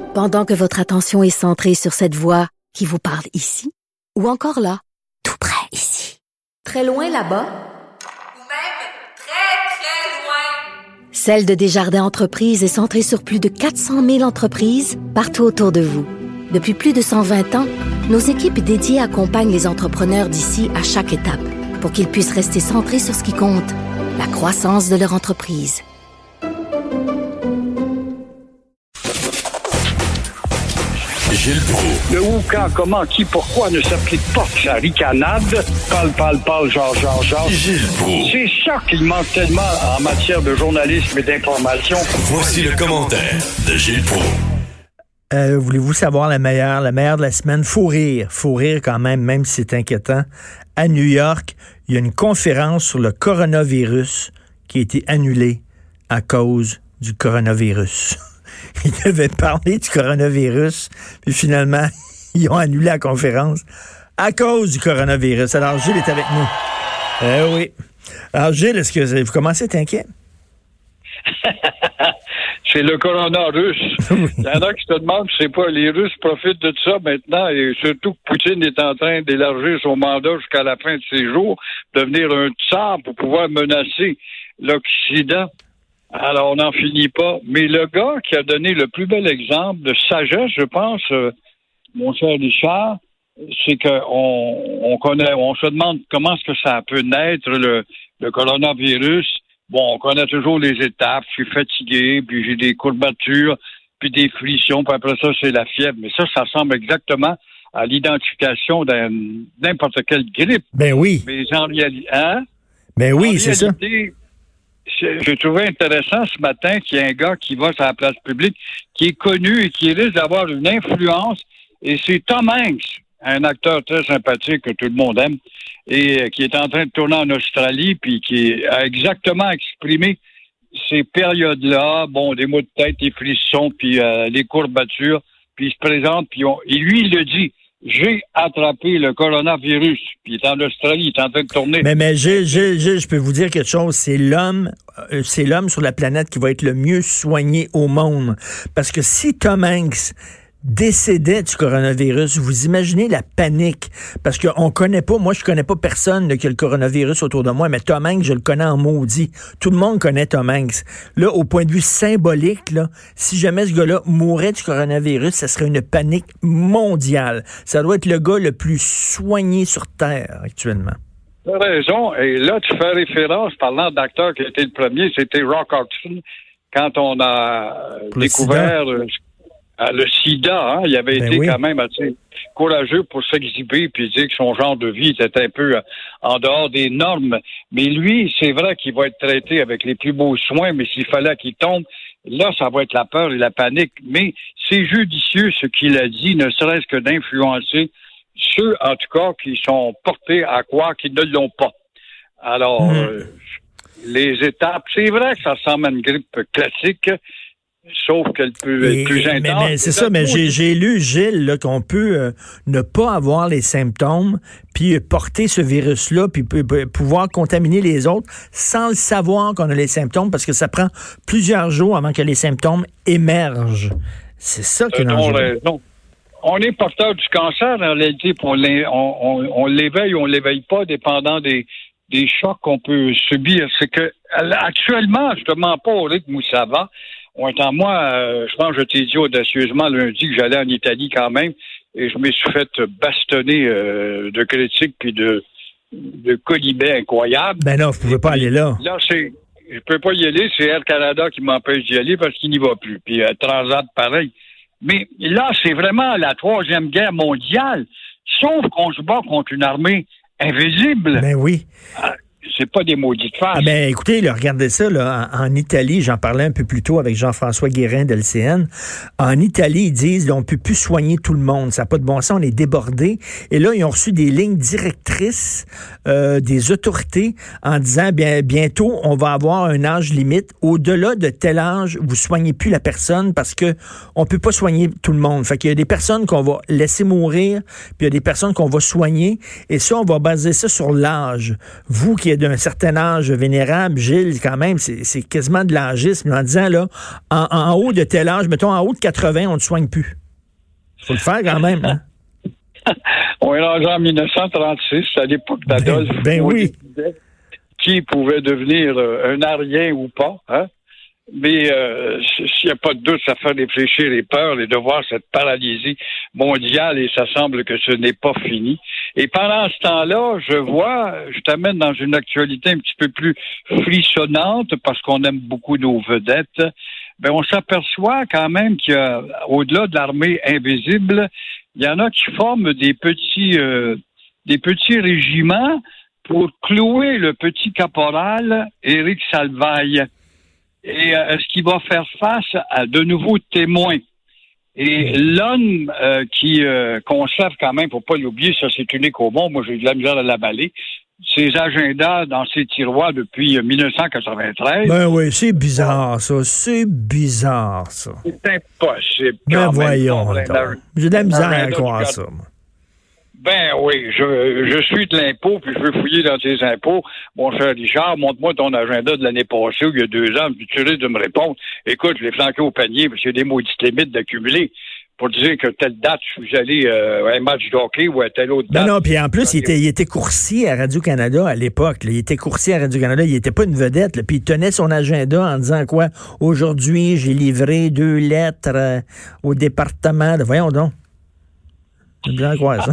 Pendant que votre attention est centrée sur cette voix qui vous parle ici, ou encore là, tout près ici, très loin là-bas, ou même très, très loin, Celle de Desjardins Entreprises est centrée sur plus de 400 000 entreprises partout autour de vous. Depuis plus de 120 ans, nos équipes dédiées accompagnent les entrepreneurs d'ici à chaque étape pour qu'ils puissent rester centrés sur ce qui compte, la croissance de leur entreprise. Gilles Proulx. Le où, quand, comment, qui, pourquoi ne s'applique pas sa ricanade. Parle, genre. Gilles Proulx. C'est ça qu'il manque tellement en matière de journalisme et d'information. Voici le commentaire de Gilles Proulx. Voulez-vous savoir la meilleure de la semaine? Faut rire quand même si c'est inquiétant. À New York, il y a une conférence sur le coronavirus qui a été annulée à cause du coronavirus. Ils devaient parler du coronavirus, puis finalement, ils ont annulé la conférence à cause du coronavirus. Alors, Gilles est avec nous. Oui. Alors, Gilles, est-ce que vous commencez à être inquiet? C'est le corona russe. Oui. Il y en a qui se demandent, je sais pas, les Russes profitent de ça maintenant, et surtout que Poutine est en train d'élargir son mandat jusqu'à la fin de ses jours, devenir un tsar pour pouvoir menacer l'Occident. Alors, on n'en finit pas. Mais le gars qui a donné le plus bel exemple de sagesse, je pense, mon cher Richard, c'est qu'on connaît, on se demande comment est-ce que ça peut naître, le coronavirus. Bon, on connaît toujours les étapes. Je suis fatigué, puis j'ai des courbatures, puis des frictions, puis après ça, c'est la fièvre. Mais ça ressemble exactement à l'identification d'un n'importe quelle grippe. Ben oui. Mais en réalité, hein? Ben oui, c'est ça. J'ai trouvé intéressant ce matin qu'il y a un gars qui va sur la place publique, qui est connu et qui risque d'avoir une influence, et c'est Tom Hanks, un acteur très sympathique que tout le monde aime, et qui est en train de tourner en Australie, puis qui a exactement exprimé ces périodes-là, bon, des maux de tête, des frissons, puis les courbatures, puis il se présente, puis lui, il le dit. J'ai attrapé le coronavirus. Puis il est en Australie, il est en train de tourner. Mais je peux vous dire quelque chose. C'est l'homme sur la planète qui va être le mieux soigné au monde. Parce que si Tom Hanks décédait du coronavirus, vous imaginez la panique. Parce qu'on connaît pas, moi je connais pas personne qui a le coronavirus autour de moi, mais Tom Hanks, je le connais en maudit. Tout le monde connaît Tom Hanks. Là, au point de vue symbolique, là, si jamais ce gars-là mourait du coronavirus, ça serait une panique mondiale. Ça doit être le gars le plus soigné sur Terre actuellement. Tu as raison. Et là, tu fais référence, parlant d'acteur qui a été le premier, c'était Rock Hudson, quand on a découvert le sida, hein, il avait été quand même assez courageux pour s'exhiber puis dire que son genre de vie était un peu en dehors des normes. Mais lui, c'est vrai qu'il va être traité avec les plus beaux soins, mais s'il fallait qu'il tombe, là, ça va être la peur et la panique. Mais c'est judicieux ce qu'il a dit, ne serait-ce que d'influencer ceux, en tout cas, qui sont portés à croire qu'ils ne l'ont pas. Alors, les étapes, c'est vrai que ça ressemble à une grippe classique, sauf qu'elle peut être plus intense. Mais c'est ça, mais j'ai lu, Gilles, là, qu'on peut ne pas avoir les symptômes, puis porter ce virus-là, puis pouvoir contaminer les autres sans le savoir qu'on a les symptômes, parce que ça prend plusieurs jours avant que les symptômes émergent. C'est ça qui est dangereux. On est porteur du cancer, en réalité, on l'éveille ou on l'éveille pas, dépendant des chocs qu'on peut subir. C'est que actuellement, je te mens pas au rythme où ça va. Je pense que je t'ai dit audacieusement lundi que j'allais en Italie quand même, et je me suis fait bastonner de critiques puis de colibets incroyables. Ben non, vous pouvez pas aller là. Là, je peux pas y aller, c'est Air Canada qui m'empêche d'y aller parce qu'il n'y va plus. Puis Transat, pareil. Mais là, c'est vraiment la Troisième Guerre mondiale, sauf qu'on se bat contre une armée invisible. Ben oui. C'est pas des maudites farces. Ah ben, écoutez, là, regardez ça, là, en Italie, j'en parlais un peu plus tôt avec Jean-François Guérin de LCN. En Italie, ils disent, là, on peut plus soigner tout le monde. Ça n'a pas de bon sens, on est débordés. Et là, ils ont reçu des lignes directrices des autorités en disant, bientôt, on va avoir un âge limite. Au-delà de tel âge, vous soignez plus la personne parce que on peut pas soigner tout le monde. Fait qu'il y a des personnes qu'on va laisser mourir, puis il y a des personnes qu'on va soigner. Et ça, on va baser ça sur l'âge. Vous qui qui est d'un certain âge vénérable, Gilles, quand même, c'est quasiment de l'âgisme, en disant, là, en haut de tel âge, mettons, en haut de 80, on ne te soigne plus. Il faut le faire quand même, hein? On est rendu en 1936, à l'époque d'Adolphe. Ben oui. Qui pouvait devenir un arien ou pas, hein? Mais s'il n'y a pas de doute, ça fait réfléchir les peurs et de voir cette paralysie mondiale, et ça semble que ce n'est pas fini. Et pendant ce temps-là, je t'amène dans une actualité un petit peu plus frissonnante parce qu'on aime beaucoup nos vedettes. Ben, on s'aperçoit quand même qu'il y a, au-delà de l'armée invisible, il y en a qui forment des petits régiments pour clouer le petit caporal Éric Salvaille. Et est-ce qu'il va faire face à de nouveaux témoins? Et l'homme qui conserve quand même, faut pas l'oublier, ça c'est unique au monde, moi j'ai eu de la misère à l'avaler, ses agendas dans ses tiroirs depuis 1993. Ben oui, c'est bizarre ça, c'est bizarre ça. C'est impossible. Ben voyons, j'ai de la misère à croire ça, moi. Ben oui, je suis de l'impôt, puis je veux fouiller dans tes impôts. Mon cher Richard, montre-moi ton agenda de l'année passée, où il y a 2 ans, puis tu risques de me répondre. Écoute, je l'ai flanqué au panier, parce qu'il y a des maudites limites d'accumuler. Pour dire que telle date, je suis allé à un match de hockey ou à telle autre date. Non, puis en plus, il était coursier à Radio-Canada à l'époque. Là. Il était coursier à Radio-Canada, il était pas une vedette. Là. Puis il tenait son agenda en disant quoi? Aujourd'hui, j'ai livré 2 lettres au département de... Voyons donc. C'est bien quoi, ça?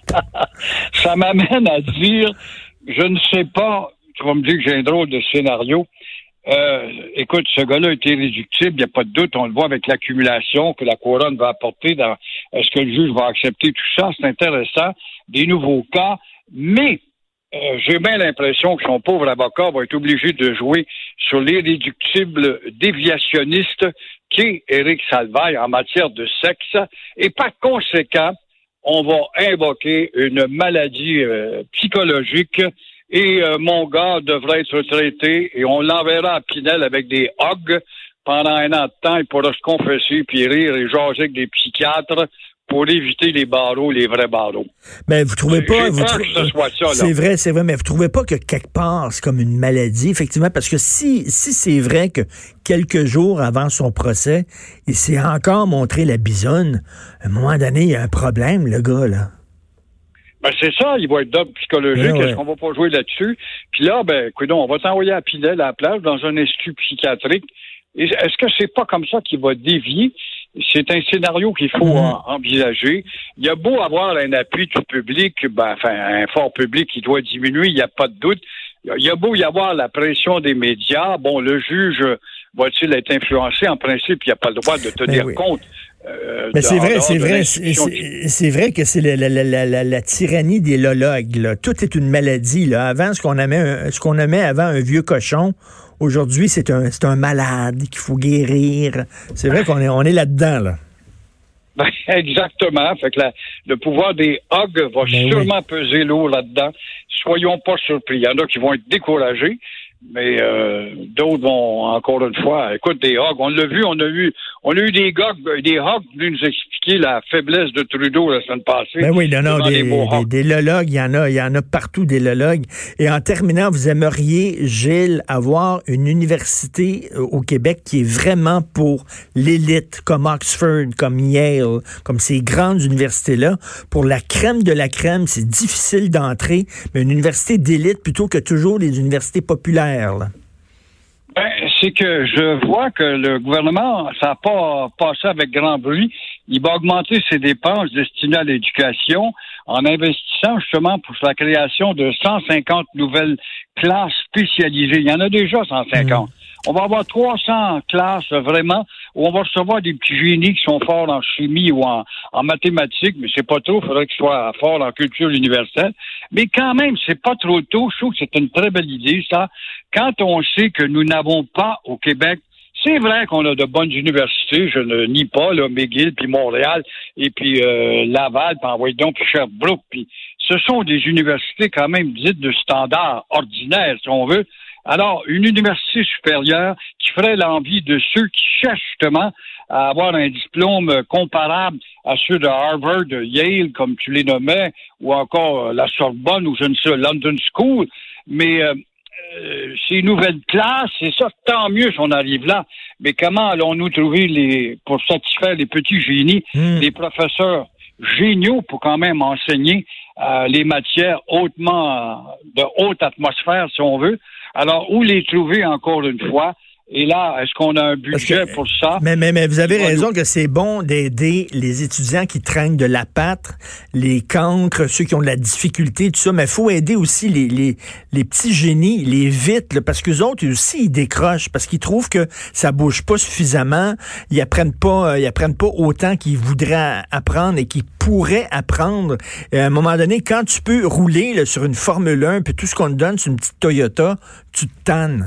Ça m'amène à dire, je ne sais pas, tu vas me dire que j'ai un drôle de scénario. Écoute, ce gars-là est irréductible, il n'y a pas de doute, on le voit avec l'accumulation que la couronne va apporter dans est-ce que le juge va accepter tout ça, c'est intéressant, des nouveaux cas, mais j'ai bien l'impression que son pauvre avocat va être obligé de jouer sur l'irréductible déviationniste qu'est Éric Salvaille en matière de sexe, et par conséquent, on va invoquer une maladie psychologique et mon gars devrait être traité et on l'enverra à Pinel avec des hogs pendant 1 an de temps. Il pourra se confesser puis rire et jaser avec des psychiatres pour éviter les barreaux, les vrais barreaux. Mais vous trouvez pas... C'est vrai, mais vous trouvez pas que quelque part, c'est comme une maladie, effectivement, parce que si c'est vrai que quelques jours avant son procès, il s'est encore montré la bisonne, à un moment donné, il y a un problème, le gars, là. Ben, c'est ça, il va être d'homme psychologique. Ouais. Est-ce qu'on va pas jouer là-dessus? Puis là, ben, écoute, on va t'envoyer à Pinel, à la plage, dans un institut psychiatrique. Et est-ce que c'est pas comme ça qu'il va dévier? C'est un scénario qu'il faut envisager. Il y a beau avoir un appui du public, un fort public qui doit diminuer, il n'y a pas de doute. Il y a beau y avoir la pression des médias. Bon, le juge va-t-il être influencé? En principe, il n'y a pas le droit de tenir compte. Mais c'est vrai que c'est la tyrannie des lologues, là. Tout est une maladie, là. Avant, ce qu'on aimait avant un vieux cochon, aujourd'hui, c'est un malade qu'il faut guérir. C'est vrai qu'on est là-dedans, là. Ben, exactement. Fait que le pouvoir des hogs va sûrement peser lourd là-dedans. Soyons pas surpris. Il y en a qui vont être découragés, mais d'autres vont, encore une fois, écoute, des hogs. On l'a vu, on a eu des hogs venus nous expliquer la faiblesse de Trudeau la semaine passée. Ben oui, des lologues, il y en a partout des lologues. Et en terminant, vous aimeriez, Gilles, avoir une université au Québec qui est vraiment pour l'élite, comme Oxford, comme Yale, comme ces grandes universités-là. Pour la crème de la crème, c'est difficile d'entrer, mais une université d'élite plutôt que toujours les universités populaires. Ben, c'est que je vois que le gouvernement, ça n'a pas passé avec grand bruit. Il va augmenter ses dépenses destinées à l'éducation en investissant justement pour la création de 150 nouvelles classes spécialisées. Il y en a déjà 150. On va avoir 300 classes vraiment où on va recevoir des petits génies qui sont forts en chimie ou en mathématiques, mais c'est pas trop, il faudrait qu'ils soient forts en culture universelle. Mais quand même, c'est pas trop tôt. Je trouve que c'est une très belle idée, ça. Quand on sait que nous n'avons pas au Québec, c'est vrai qu'on a de bonnes universités, je ne nie pas, là, McGill, puis Montréal, et puis Laval, puis envoyez donc, puis Sherbrooke, puis ce sont des universités quand même dites de standard ordinaire, si on veut. Alors, une université supérieure qui ferait l'envie de ceux qui cherchent justement à avoir un diplôme comparable à ceux de Harvard, de Yale, comme tu les nommais, ou encore la Sorbonne, ou je ne sais, London School. Mais ces nouvelles classes, c'est ça, tant mieux si on arrive là. Mais comment allons-nous trouver pour satisfaire les petits génies, les professeurs géniaux pour quand même enseigner les matières de haute atmosphère, si on veut. Alors, où les trouver encore une fois? Et là, est-ce qu'on a un budget pour ça? Mais vous avez raison que c'est bon d'aider les étudiants qui traînent de la pâtre, les cancres, ceux qui ont de la difficulté, tout ça. Mais il faut aider aussi les petits génies, les vites, là, parce qu'eux autres aussi, ils décrochent, parce qu'ils trouvent que ça bouge pas suffisamment. Ils apprennent pas autant qu'ils voudraient apprendre et qu'ils pourraient apprendre. Et à un moment donné, quand tu peux rouler là, sur une Formule 1, puis tout ce qu'on te donne, c'est une petite Toyota, tu te tannes.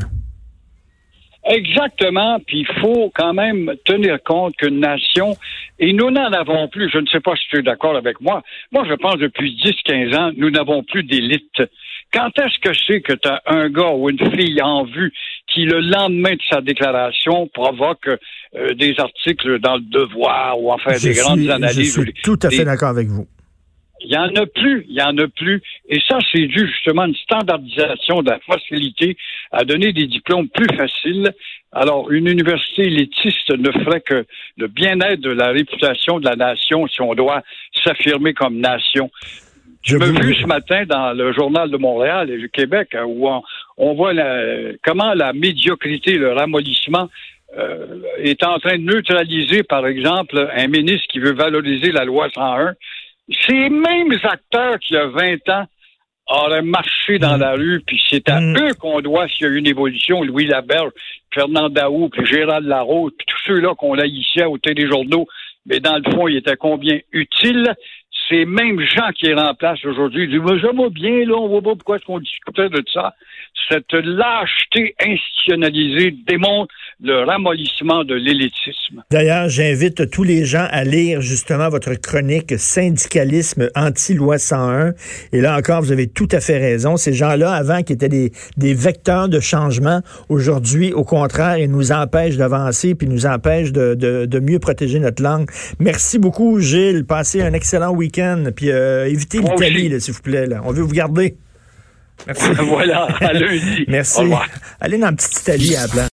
Exactement, puis il faut quand même tenir compte qu'une nation, et nous n'en avons plus, je ne sais pas si tu es d'accord avec moi, je pense depuis 10-15 ans, nous n'avons plus d'élite. Quand est-ce que c'est que tu as un gars ou une fille en vue qui, le lendemain de sa déclaration, provoque des articles dans Le Devoir ou enfin des grandes analyses? Je suis tout à fait d'accord avec vous. Il y en a plus. Et ça, c'est dû justement à une standardisation de la facilité à donner des diplômes plus faciles. Alors, une université élitiste ne ferait que le bien-être de la réputation de la nation si on doit s'affirmer comme nation. Je me vu ce matin dans le Journal de Montréal et du Québec, hein, où on voit comment la médiocrité, le ramollissement est en train de neutraliser, par exemple, un ministre qui veut valoriser la loi 101. Ces mêmes acteurs qui, il y a 20 ans, auraient marché dans la rue, puis c'est à eux qu'on doit, s'il y a eu une évolution, Louis Laberge, Fernand Daou, puis Gérald Larose, puis tous ceux-là qu'on haïssait au téléjournaux, mais dans le fond, ils étaient combien utiles. Ces mêmes gens qui les remplacent aujourd'hui disent « Mais ça va bien, là, on voit pas pourquoi est-ce qu'on discutait de ça. » Cette lâcheté institutionnalisée démontre le ramollissement de l'élitisme. D'ailleurs, j'invite tous les gens à lire justement votre chronique « Syndicalisme anti-loi 101 ». Et là encore, vous avez tout à fait raison. Ces gens-là, avant, qui étaient des vecteurs de changement, aujourd'hui, au contraire, ils nous empêchent d'avancer puis nous empêchent de mieux protéger notre langue. Merci beaucoup, Gilles. Passez un excellent week-end. Puis évitez l'Italie, là, s'il vous plaît. Là. On veut vous garder. Merci. Voilà, à lundi. Merci. Allez dans la petite Italie à la place.